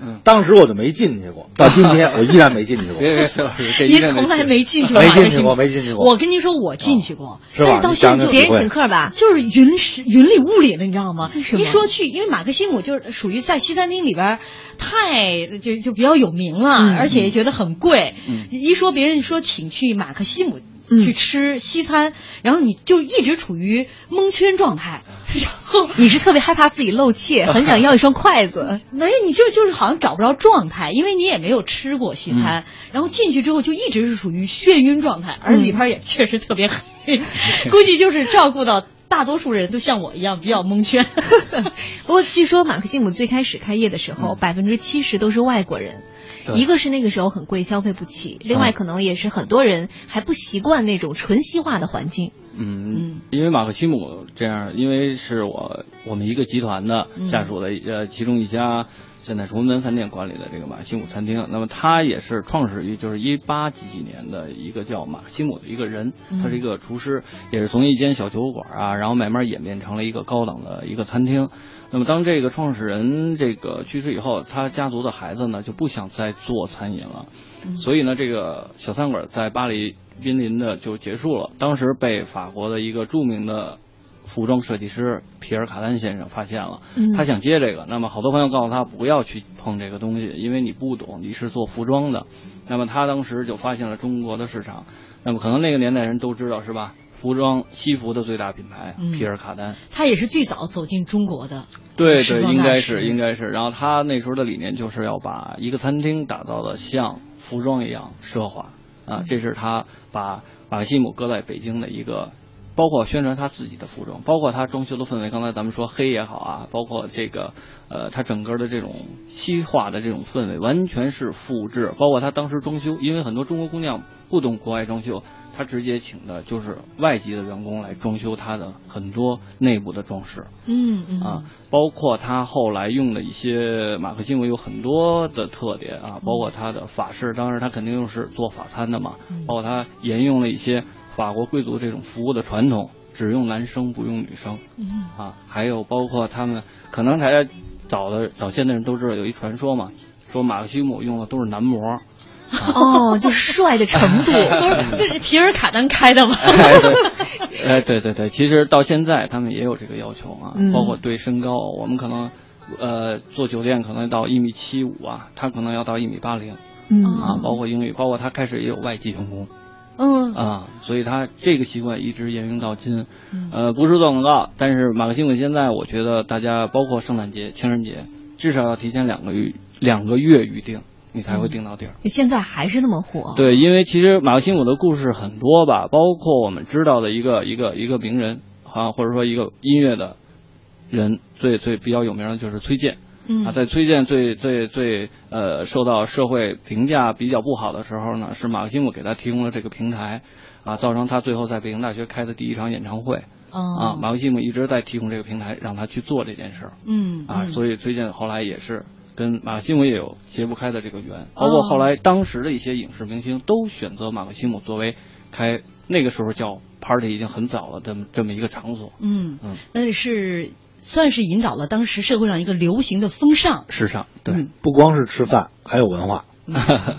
嗯， 当时我就没进去过，到今天我依然没进去过。 别别，这这你从来没进去过， 没进去过，没进去过。 我跟您说，我进去过， 是吧？ 但是到现在就别人请客吧， 就是云是云里雾里的，你知道吗？ 为什么？ 一说去，因为马克西姆就是属于在西餐厅里边太就就比较有名了， 嗯、 而且觉得很贵。 嗯， 一说别人说请去马克西姆。 嗯、 去吃西餐，然后你就一直处于蒙圈状态，然后你是特别害怕自己露怯，很想要一双筷子。 没，你就就是好像找不着状态，因为你也没有吃过西餐，嗯、然后进去之后就一直是属于眩晕状态，而里边也确实特别黑，嗯、估计就是照顾到大多数人都像我一样比较蒙圈。 不过据说马克西姆最开始开业的时候，百分之七十都是外国人。一个是那个时候很贵，消费不起；另外可能也是很多人还不习惯那种纯西化的环境。 嗯，因为马克西姆这样，因为是我我们一个集团的下属的呃其中一家现在崇文门饭店管理的这个马克西姆餐厅，那么他也是创始于就是一八几几年的一个叫马克西姆的一个人，他是一个厨师，也是从一间小酒馆啊，然后慢慢演变成了一个高档的一个餐厅。那么当这个创始人这个去世以后，他家族的孩子呢就不想再做餐饮了，嗯、所以呢这个小餐馆在巴黎濒临的就结束了。当时被法国的一个著名的服装设计师皮尔卡丹先生发现了， 嗯、 他想接这个，那么好多朋友告诉他不要去碰这个东西，因为你不懂，你是做服装的。那么他当时就发现了中国的市场，那么可能那个年代人都知道是吧？服装西服的最大品牌、嗯、皮尔卡丹， 他也是最早走进中国的。 对对，应该是应该是。然后他那时候的理念就是要把一个餐厅打造的像服装一样奢华啊， 嗯、 这是他把马克西姆搁在北京的一个。包括宣传他自己的服装，包括他装修的氛围，刚才咱们说黑也好啊，包括这个呃他整个的这种西化的这种氛围完全是复制，包括他当时装修，因为很多中国姑娘不懂国外装修，他直接请的就是外籍的员工来装修他的很多内部的装饰。 嗯嗯啊，包括他后来用的一些马克西姆有很多的特点啊，包括他的法式，当然他肯定又是做法餐的嘛，包括他沿用了一些法国贵族这种服务的传统，只用男生不用女生， 嗯啊，还有包括他们可能大家早的早先的人都知道有一传说嘛，说马克西姆用的都是男模。 哦，就是帅的程度， 这是皮尔卡丹开的吗？ 哎，对，哎，对对对，其实到现在他们也有这个要求啊， 嗯、 包括对身高，我们可能呃做酒店可能到一米七五啊，他可能要到一米八零， 嗯啊，包括英语，包括他开始也有外籍员工。 嗯啊，所以他这个习惯一直沿用到今。呃，不是做广告，但是马克西姆现在我觉得大家包括圣诞节、情人节，至少要提前两个月两个月预定，你才会订到地儿。 嗯、现在还是那么火。 对，因为其实马克西姆的故事很多吧，包括我们知道的一个一个一个名人，啊，或者说一个音乐的人，最最比较有名的就是崔健。 嗯啊，在崔健最最最呃受到社会评价比较不好的时候呢，是马克西姆给他提供了这个平台，啊，造成他最后在北京大学开的第一场演唱会。 哦、 啊，马克西姆一直在提供这个平台，让他去做这件事儿。 嗯啊，所以崔健后来也是跟马克西姆也有解不开的这个缘， 哦、 包括后来当时的一些影视明星都选择马克西姆作为开那个时候叫 party 已经很早了这么这么一个场所。 嗯嗯，那是。算是引导了当时社会上一个流行的风尚时尚，对、 嗯， 不光是吃饭，还有文化。 嗯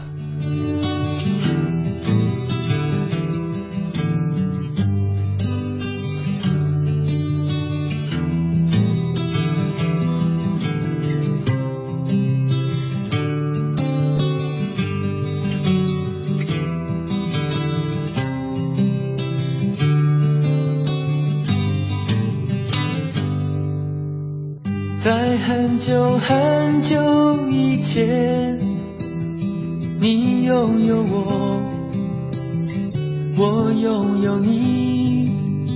在很久很久以前，你拥有我，我拥有你。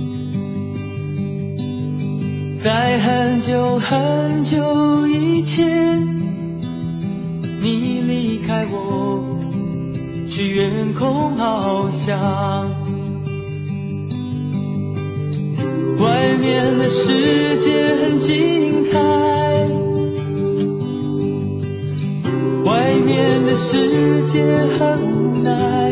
在很久很久以前，你离开我，去远空翱翔。外面的世界很精彩，外面的世界很无奈。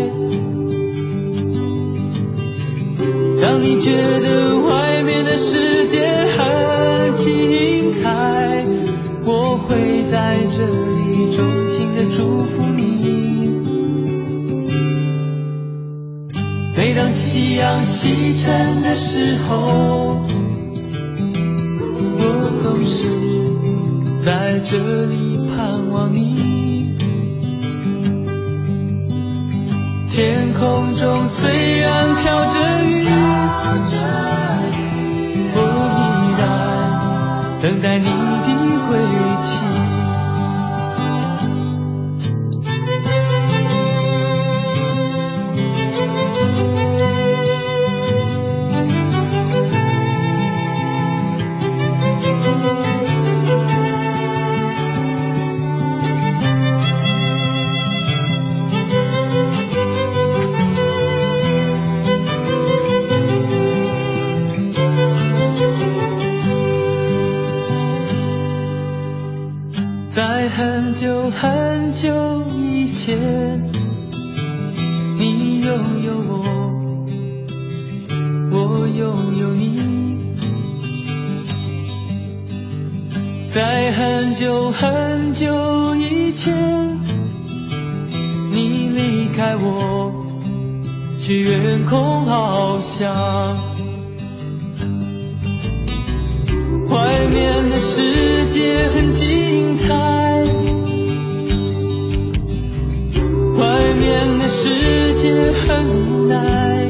当你觉得外面的世界很精彩，我会在这里阳西沉的时候，我总是在这里盼望你。天空中虽然飘着雨，我依然等待你的归期。在很久很久以前，你拥有我，我拥有你。在很久很久以前，你离开我，去远空翱翔。外面的世界很精彩，外面的世界很无奈。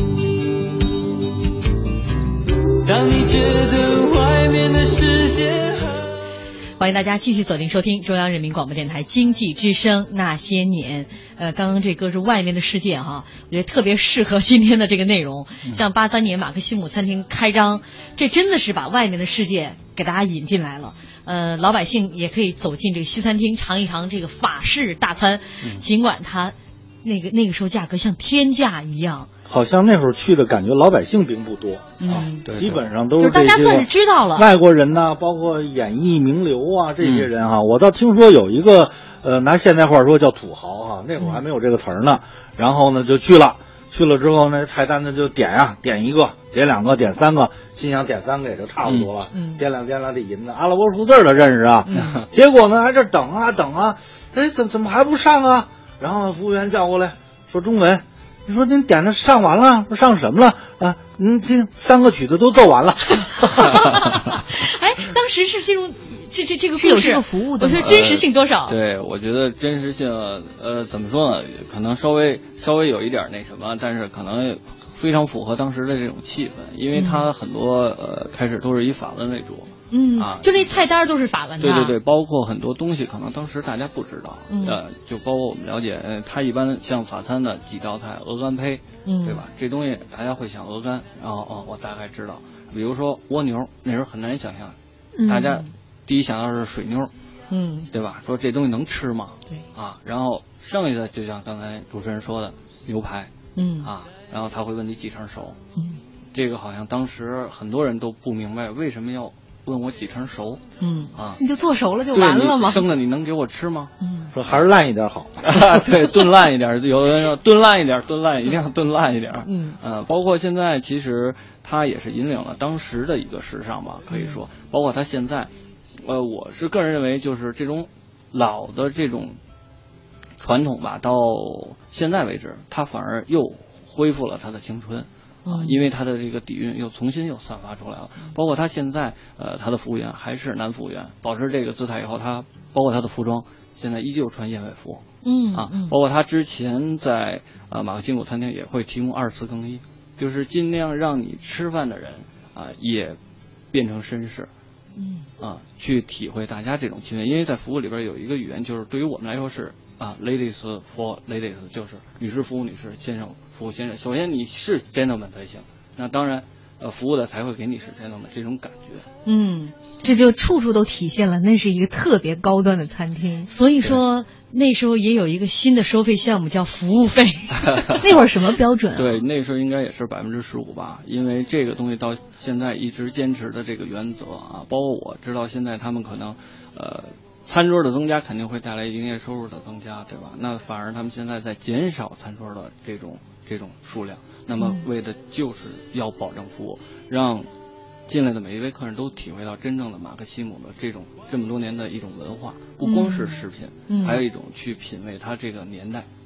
当你觉得外面的世界很…… 欢迎大家继续锁定收听中央人民广播电台经济之声那些年。呃，刚刚这歌是外面的世界哈，我觉得特别适合今天的这个内容。像八三年马克西姆餐厅开张，这真的是把外面的世界给大家引进来了。呃，老百姓也可以走进这个西餐厅尝一尝这个法式大餐，尽管它那个那个时候价格像天价一样。 好像那会儿去的感觉老百姓并不多， 嗯， 啊、基本上都是就是大家算是知道了外国人呐、啊，包括演艺名流啊这些人哈、啊嗯。我倒听说有一个呃，拿现代话说叫土豪哈、啊，那会儿还没有这个词儿呢。然后呢就去了，去了之后呢菜单呢就点啊，点一个，点两个，点三个，心想点三个也就差不多了，嗯，掂量掂量这银子，阿拉伯数字的认识啊。嗯、结果呢还这等啊等啊，哎怎怎么还不上啊？然后服务员叫过来说中文。你说您点的上完了，说上什么了啊？您这三个曲子都奏完了。 哎，当时是这种这这这个故事是有这个服务的吗？ 我觉得真实性多少？ 呃、对，我觉得真实性，呃，怎么说呢？可能稍微稍微有一点那什么，但是可能非常符合当时的这种气氛，因为它很多呃开始都是以法文为主。 嗯啊， 就那菜单都是法文的。 对对对，包括很多东西可能当时大家不知道， 嗯、 呃，就包括我们了解，呃，它一般像法餐的几道菜，鹅肝胚， 嗯， 对吧？这东西大家会想鹅肝，然后哦，我大概知道。比如说蜗牛，那时候很难想象， 嗯、 大家第一想到是水妞， 嗯， 对吧？说这东西能吃吗？ 对啊，然后剩下的就像刚才主持人说的牛排， 嗯啊，然后他会问你几成熟， 嗯， 这个好像当时很多人都不明白为什么要问我几成熟， 嗯啊， 你就做熟了就完了吗？ 生的你能给我吃吗？ 嗯， 说还是烂一点好， 对，炖烂一点，有的人说炖烂一点，炖烂一定要炖烂一点， 嗯， 呃，包括现在其实它也是引领了当时的一个时尚吧，可以说， 嗯、 包括它现在，呃，我是个人认为就是这种老的这种传统吧，到现在为止，它反而又恢复了它的青春。啊，因为它的这个底蕴又重新又散发出来了，包括他现在呃他的服务员还是男服务员，保持这个姿态以后，他包括他的服装现在依旧穿燕尾服， 嗯啊，包括他之前在呃马克西姆餐厅也会提供二次更衣，就是尽量让你吃饭的人啊也变成绅士， 嗯啊去体会大家这种气氛，因为在服务里边有一个语言，就是对于我们来说是啊 ladies for ladies， 就是女士服务女士，先生服务先生。首先你是 gentleman 才行，那当然呃服务的才会给你是 gentleman 这种感觉。 嗯，这就处处都体现了，那是一个特别高端的餐厅。 所以说那时候也有一个新的收费项目叫服务费。 那会儿什么标准啊？ 对，那时候应该也是百分之十五吧，因为这个东西到现在一直坚持的这个原则啊，包括我知道现在他们可能呃。餐桌的增加肯定会带来营业收入的增加，对吧？那反而他们现在在减少餐桌的这种这种数量，那么为的就是要保证服务，让进来的每一位客人都体会到真正的马克西姆的这种这么多年的一种文化，不光是食品， 嗯、 还有一种去品味它这个年代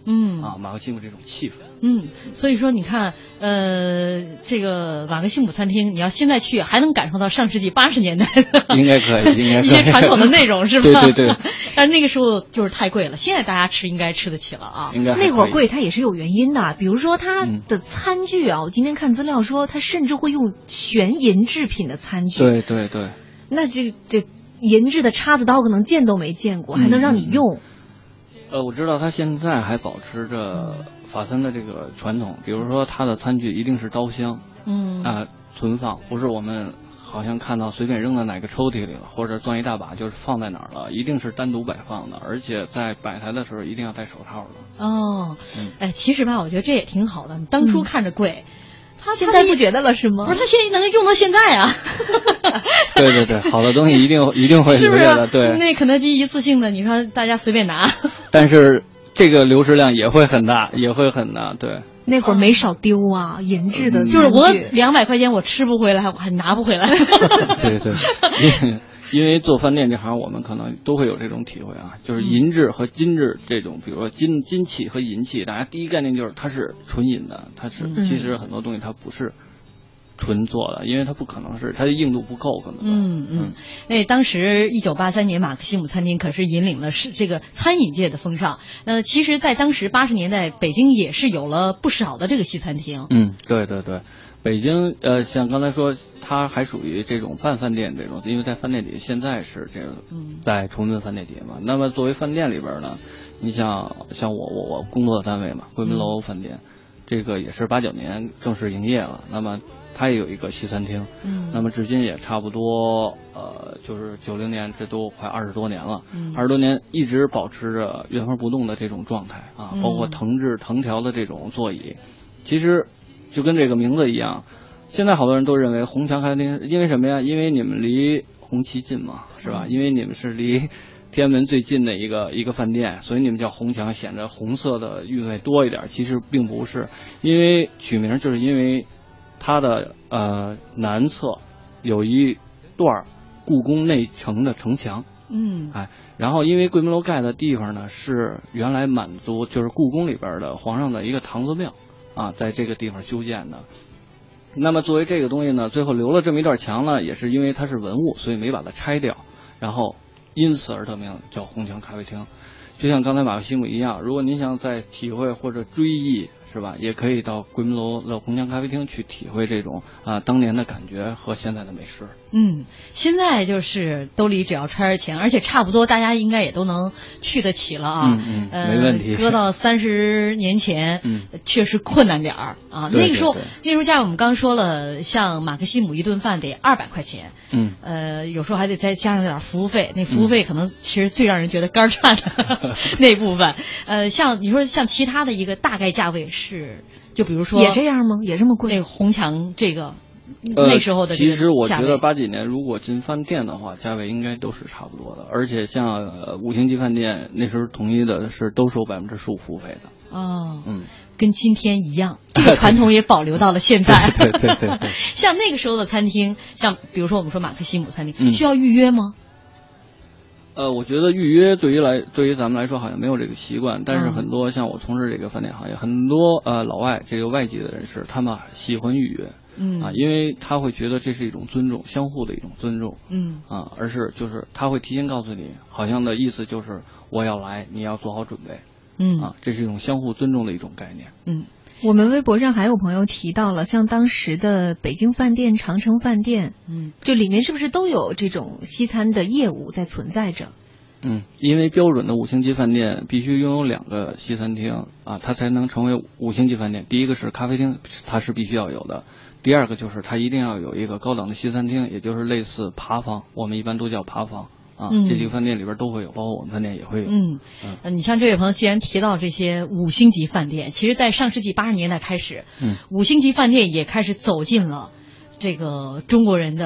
嗯啊，马克西姆这种气氛。 嗯，所以说你看，呃，这个马克西姆餐厅，你要现在去还能感受到上世纪八十年代的应该可以，应该可以一些传统的内容是吧？ 对对对。 但是那个时候就是太贵了，现在大家吃应该吃得起了啊。 应该那会儿贵，它也是有原因的。比如说它的餐具啊，嗯、我今天看资料说，它甚至会用全银制品的餐具。 对对对。 那这这银制的叉子刀可能见都没见过，还能让你用。 嗯呃，我知道他现在还保持着法餐的这个传统，比如说他的餐具一定是刀箱， 嗯啊、呃，存放，不是我们好像看到随便扔到哪个抽屉里了，或者攥一大把就是放在哪儿了，一定是单独摆放的，而且在摆台的时候一定要戴手套的。 哦，嗯、哎，其实吧，我觉得这也挺好的，当初看着贵。嗯他现在不觉得了是吗？ 不是，他现在能用到现在啊。 对对对，好的东西一定一定会是不是的，对。 那肯德基一次性的，你说大家随便拿。 但是这个流失量也会很大，也会很大，对。 那会儿没少丢啊，银质的、嗯， 就是我两百块钱我吃不回来，我还拿不回来。 对对。因为做饭店这行，我们可能都会有这种体会啊，就是银质和金质这种，比如说金金器和银器，大家第一概念就是它是纯银的，它是、嗯、其实很多东西它不是纯做的，因为它不可能是它的硬度不够，可能。 嗯嗯。哎，当时一九八三年马克西姆餐厅可是引领了是这个餐饮界的风尚。那其实，在当时八十年代，北京也是有了不少的这个西餐厅。 嗯，对对对。北京呃，像刚才说，它还属于这种半饭店这种，因为在饭店里现在是这个，在崇文饭店底下嘛。那么作为饭店里边呢，你像像我我我工作的单位嘛，桂民楼饭店，嗯、这个也是八九年正式营业了。那么它也有一个西餐厅， 嗯， 那么至今也差不多呃，就是九零年，这都快二十多年了，二十、嗯、多年一直保持着原封不动的这种状态啊， 嗯、 包括藤制藤条的这种座椅，其实。就跟这个名字一样，现在好多人都认为红墙咖啡厅，因为什么呀？因为你们离红旗近嘛，是吧？因为你们是离天安门最近的一个一个饭店，所以你们叫红墙，显着红色的韵味多一点。其实并不是，因为取名就是因为它的呃南侧有一段故宫内城的城墙。 嗯， 哎，然后因为桂民楼盖的地方呢，是原来满族就是故宫里边的皇上的一个堂子庙。啊，在这个地方修建的。那么作为这个东西呢，最后留了这么一段墙呢，也是因为它是文物，所以没把它拆掉，然后因此而得名叫红墙咖啡厅。就像刚才马克西姆一样，如果您想再体会或者追忆，是吧？也可以到桂民楼的红墙咖啡厅去体会这种啊当年的感觉和现在的美食。 嗯，现在就是兜里只要揣着钱，而且差不多大家应该也都能去得起了啊。 嗯嗯， 呃、 没问题。 搁到三十年前， 嗯， 确实困难点儿啊。 对对对， 那个时候，那时候价位我们刚说了，像马克西姆一顿饭得二百块钱。 嗯， 呃，有时候还得再加上点服务费，那服务费可能其实最让人觉得肝颤的、嗯、那部分。呃，像你说像其他的一个大概价位是，就比如说也这样吗？也这么贵？ 那个红墙这个。 呃、 那时候的这个其实我觉得八几年如果进饭店的话，价位应该都是差不多的。而且像、呃、五星级饭店那时候统一的是都收百分之十五服务费的。 哦， 嗯， 跟今天一样，这个传统也保留到了现在。 对对对 对, 对。 像那个时候的餐厅，像比如说我们说马克西姆餐厅， 嗯、 需要预约吗？ 呃，我觉得预约对于来对于咱们来说好像没有这个习惯，但是很多像我从事这个饭店行业，很多呃老外这个外籍的人士，他们喜欢预约。 嗯啊，因为他会觉得这是一种尊重，相互的一种尊重。 嗯啊，而是就是他会提前告诉你，好像的意思就是我要来，你要做好准备。 嗯啊，这是一种相互尊重的一种概念。 嗯， 我们微博上还有朋友提到了，像当时的北京饭店、长城饭店， 嗯， 就里面是不是都有这种西餐的业务在存在着？ 嗯，因为标准的五星级饭店必须拥有两个西餐厅啊，它才能成为五星级饭店。第一个是咖啡厅，它是必须要有的。第二个就是它一定要有一个高档的西餐厅，也就是类似扒房，我们一般都叫扒房啊。 嗯、 这几个饭店里边都会有，包括我们饭店也会有。 嗯嗯，你像这位朋友既然提到这些五星级饭店，其实在上世纪八十年代开始， 嗯， 五星级饭店也开始走进了这个中国人的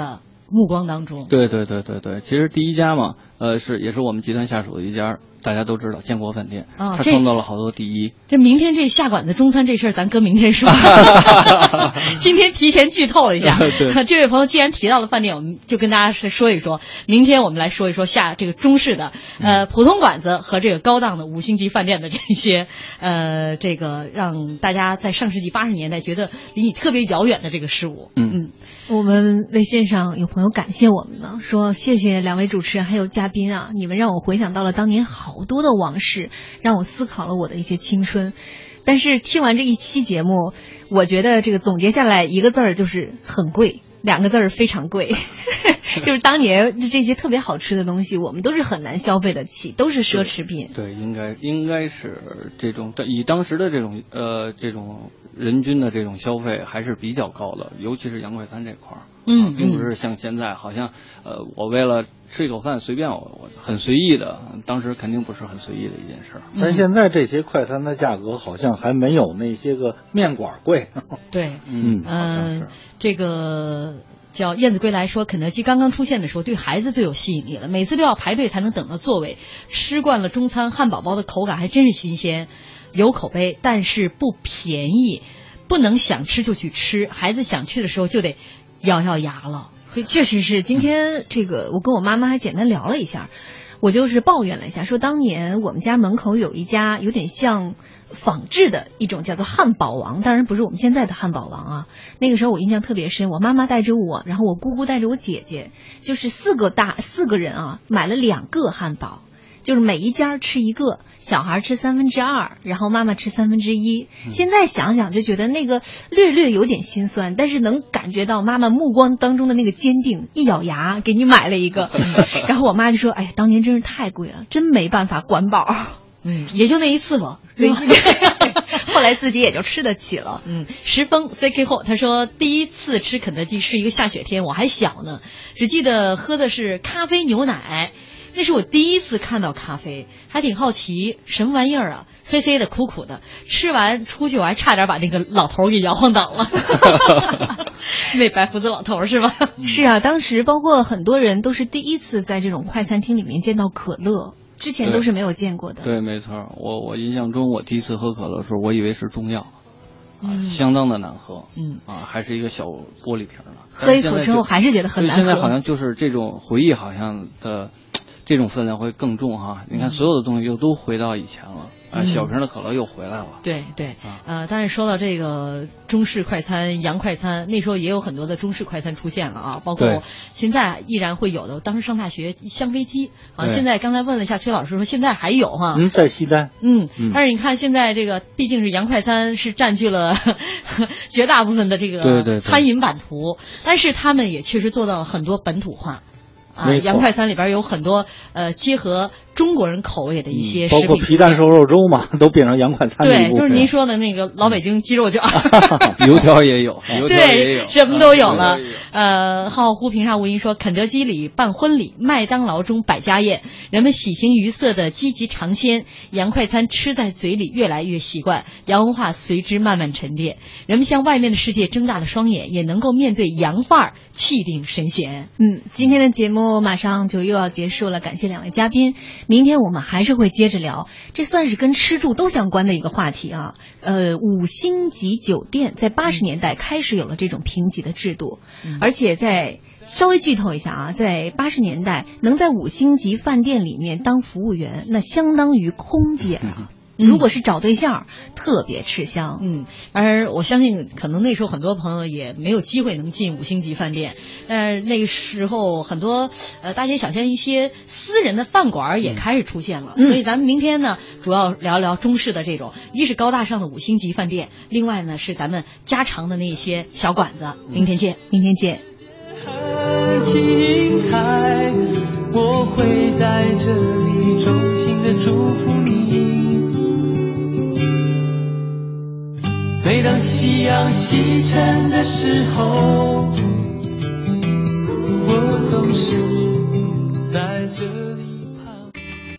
目光当中。 对对对对对，其实第一家嘛，呃，是也是我们集团下属的一家，大家都知道建国饭店， 啊， 他创造了好多第一。 这明天这下馆子中餐这事儿，咱搁明天说。今天提前剧透一下， 对这位朋友既然提到了饭店，我们就跟大家是说一说，明天我们来说一说下这个中式的呃普通馆子和这个高档的五星级饭店的这些呃这个让大家在上世纪八十年代觉得离你特别遥远的这个事物。 嗯嗯， 我们微信上有朋友感谢我们呢，说谢谢两位主持人还有嘉宾啊，你们让我回想到了当年好多的往事，让我思考了我的一些青春。但是听完这一期节目，我觉得这个总结下来一个字儿就是很贵，两个字儿非常贵。就是当年这些特别好吃的东西，我们都是很难消费得起，都是奢侈品。 对，对应该应该是这种以当时的这种呃这种人均的这种消费还是比较高的，尤其是洋快餐这块儿。 嗯， 啊，并不是像现在好像呃我为了吃一口饭随便我我很随意的，当时肯定不是很随意的一件事。 但现在这些快餐的价格好像还没有那些个面馆贵。 对， 嗯嗯、呃，这个。叫燕子归来说，肯德基刚刚出现的时候，对孩子最有吸引力了，每次都要排队才能等到座位。吃惯了中餐，汉堡包的口感还真是新鲜，有口碑，但是不便宜，不能想吃就去吃，孩子想去的时候就得咬咬牙了。 确实是，今天这个我跟我妈妈还简单聊了一下，我就是抱怨了一下，说当年我们家门口有一家有点像仿制的一种叫做汉堡王，当然不是我们现在的汉堡王啊。那个时候我印象特别深，我妈妈带着我，然后我姑姑带着我姐姐，就是四个大四个人啊，买了两个汉堡，就是每一家吃一个，小孩吃三分之二，然后妈妈吃三分之一。现在想想就觉得那个略略有点心酸，但是能感觉到妈妈目光当中的那个坚定，一咬牙给你买了一个。然后我妈就说：“哎呀，当年真是太贵了，真没办法管饱。” 嗯，也就那一次吧。 对，后来自己也就吃得起了。 嗯，石峰 C K 后他说，第一次吃肯德基是一个下雪天，我还小呢，只记得喝的是咖啡牛奶，那是我第一次看到咖啡，还挺好奇什么玩意儿啊，黑黑的苦苦的，吃完出去我还差点把那个老头给摇晃倒了。那白胡子老头是吧？ 是啊，当时包括很多人都是第一次在这种快餐厅里面见到可乐。之前都是没有见过的。 对，没错。我我印象中，我第一次喝可乐的时候，我以为是中药， 嗯， 相当的难喝。 嗯啊，还是一个小玻璃瓶的。 喝一口之后还是觉得很难喝。 现在好像就是这种回忆，好像的这种分量会更重哈。你看，所有的东西又都回到以前了。啊，小瓶的可乐又回来了。 对对，呃，但是说到这个中式快餐、洋快餐，那时候也有很多的中式快餐出现了啊，包括现在依然会有的。当时上大学香飞机啊，现在刚才问了一下崔老师，说现在还有哈。 嗯，在西单。 嗯，但是你看现在这个毕竟是洋快餐是占据了呵呵绝大部分的这个餐饮版图，但是他们也确实做到了很多本土化。啊，洋快餐里边有很多呃结合中国人口味的一些食品、嗯， 包括皮蛋瘦肉粥嘛，都变成洋快餐的一部分。 对，就是您说的那个老北京鸡肉卷， 油条也有，油条也有， 对，什么都有了。呃，浩忽平沙无垠说，肯德基里办婚礼，麦当劳中摆家宴，人们喜形于色的积极尝鲜，洋快餐吃在嘴里越来越习惯，洋文化随之慢慢沉淀，人们向外面的世界睁大了双眼，也能够面对洋范儿气定神闲。 嗯，今天的节目马上就又要结束了，感谢两位嘉宾。明天我们还是会接着聊，这算是跟吃住都相关的一个话题啊。呃，五星级酒店在八十年代开始有了这种评级的制度，嗯、而且在稍微剧透一下啊，在八十年代能在五星级饭店里面当服务员，那相当于空姐啊。嗯如果是找对象，嗯、特别吃香。 嗯，而我相信可能那时候很多朋友也没有机会能进五星级饭店，但是那个时候很多呃大街小巷一些私人的饭馆也开始出现了。嗯、所以咱们明天呢，主要聊聊中式的这种，一是高大上的五星级饭店，另外呢是咱们家常的那些小馆子。明天见， 明天见。 很精彩，我会在这里衷心的祝福你。每当夕阳西沉的时候，我总是在这